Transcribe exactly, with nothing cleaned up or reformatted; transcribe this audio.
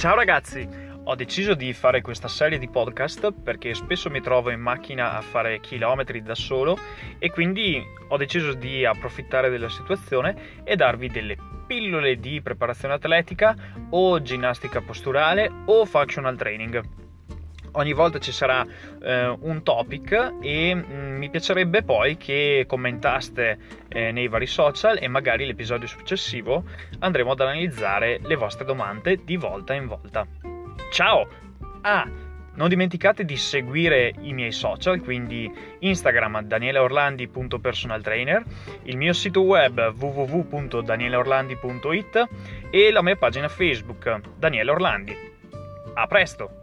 Ciao ragazzi, ho deciso di fare questa serie di podcast perché spesso mi trovo in macchina a fare chilometri da solo e quindi ho deciso di approfittare della situazione e darvi delle pillole di preparazione atletica o ginnastica posturale o functional training. Ogni volta ci sarà eh, un topic e mh, mi piacerebbe poi che commentaste eh, nei vari social e magari l'episodio successivo andremo ad analizzare le vostre domande di volta in volta. Ciao! Ah, non dimenticate di seguire i miei social, quindi Instagram danieleorlandi punto personal trainer, il mio sito web w w w punto danieleorlandi punto it e la mia pagina Facebook Daniele Orlandi. A presto!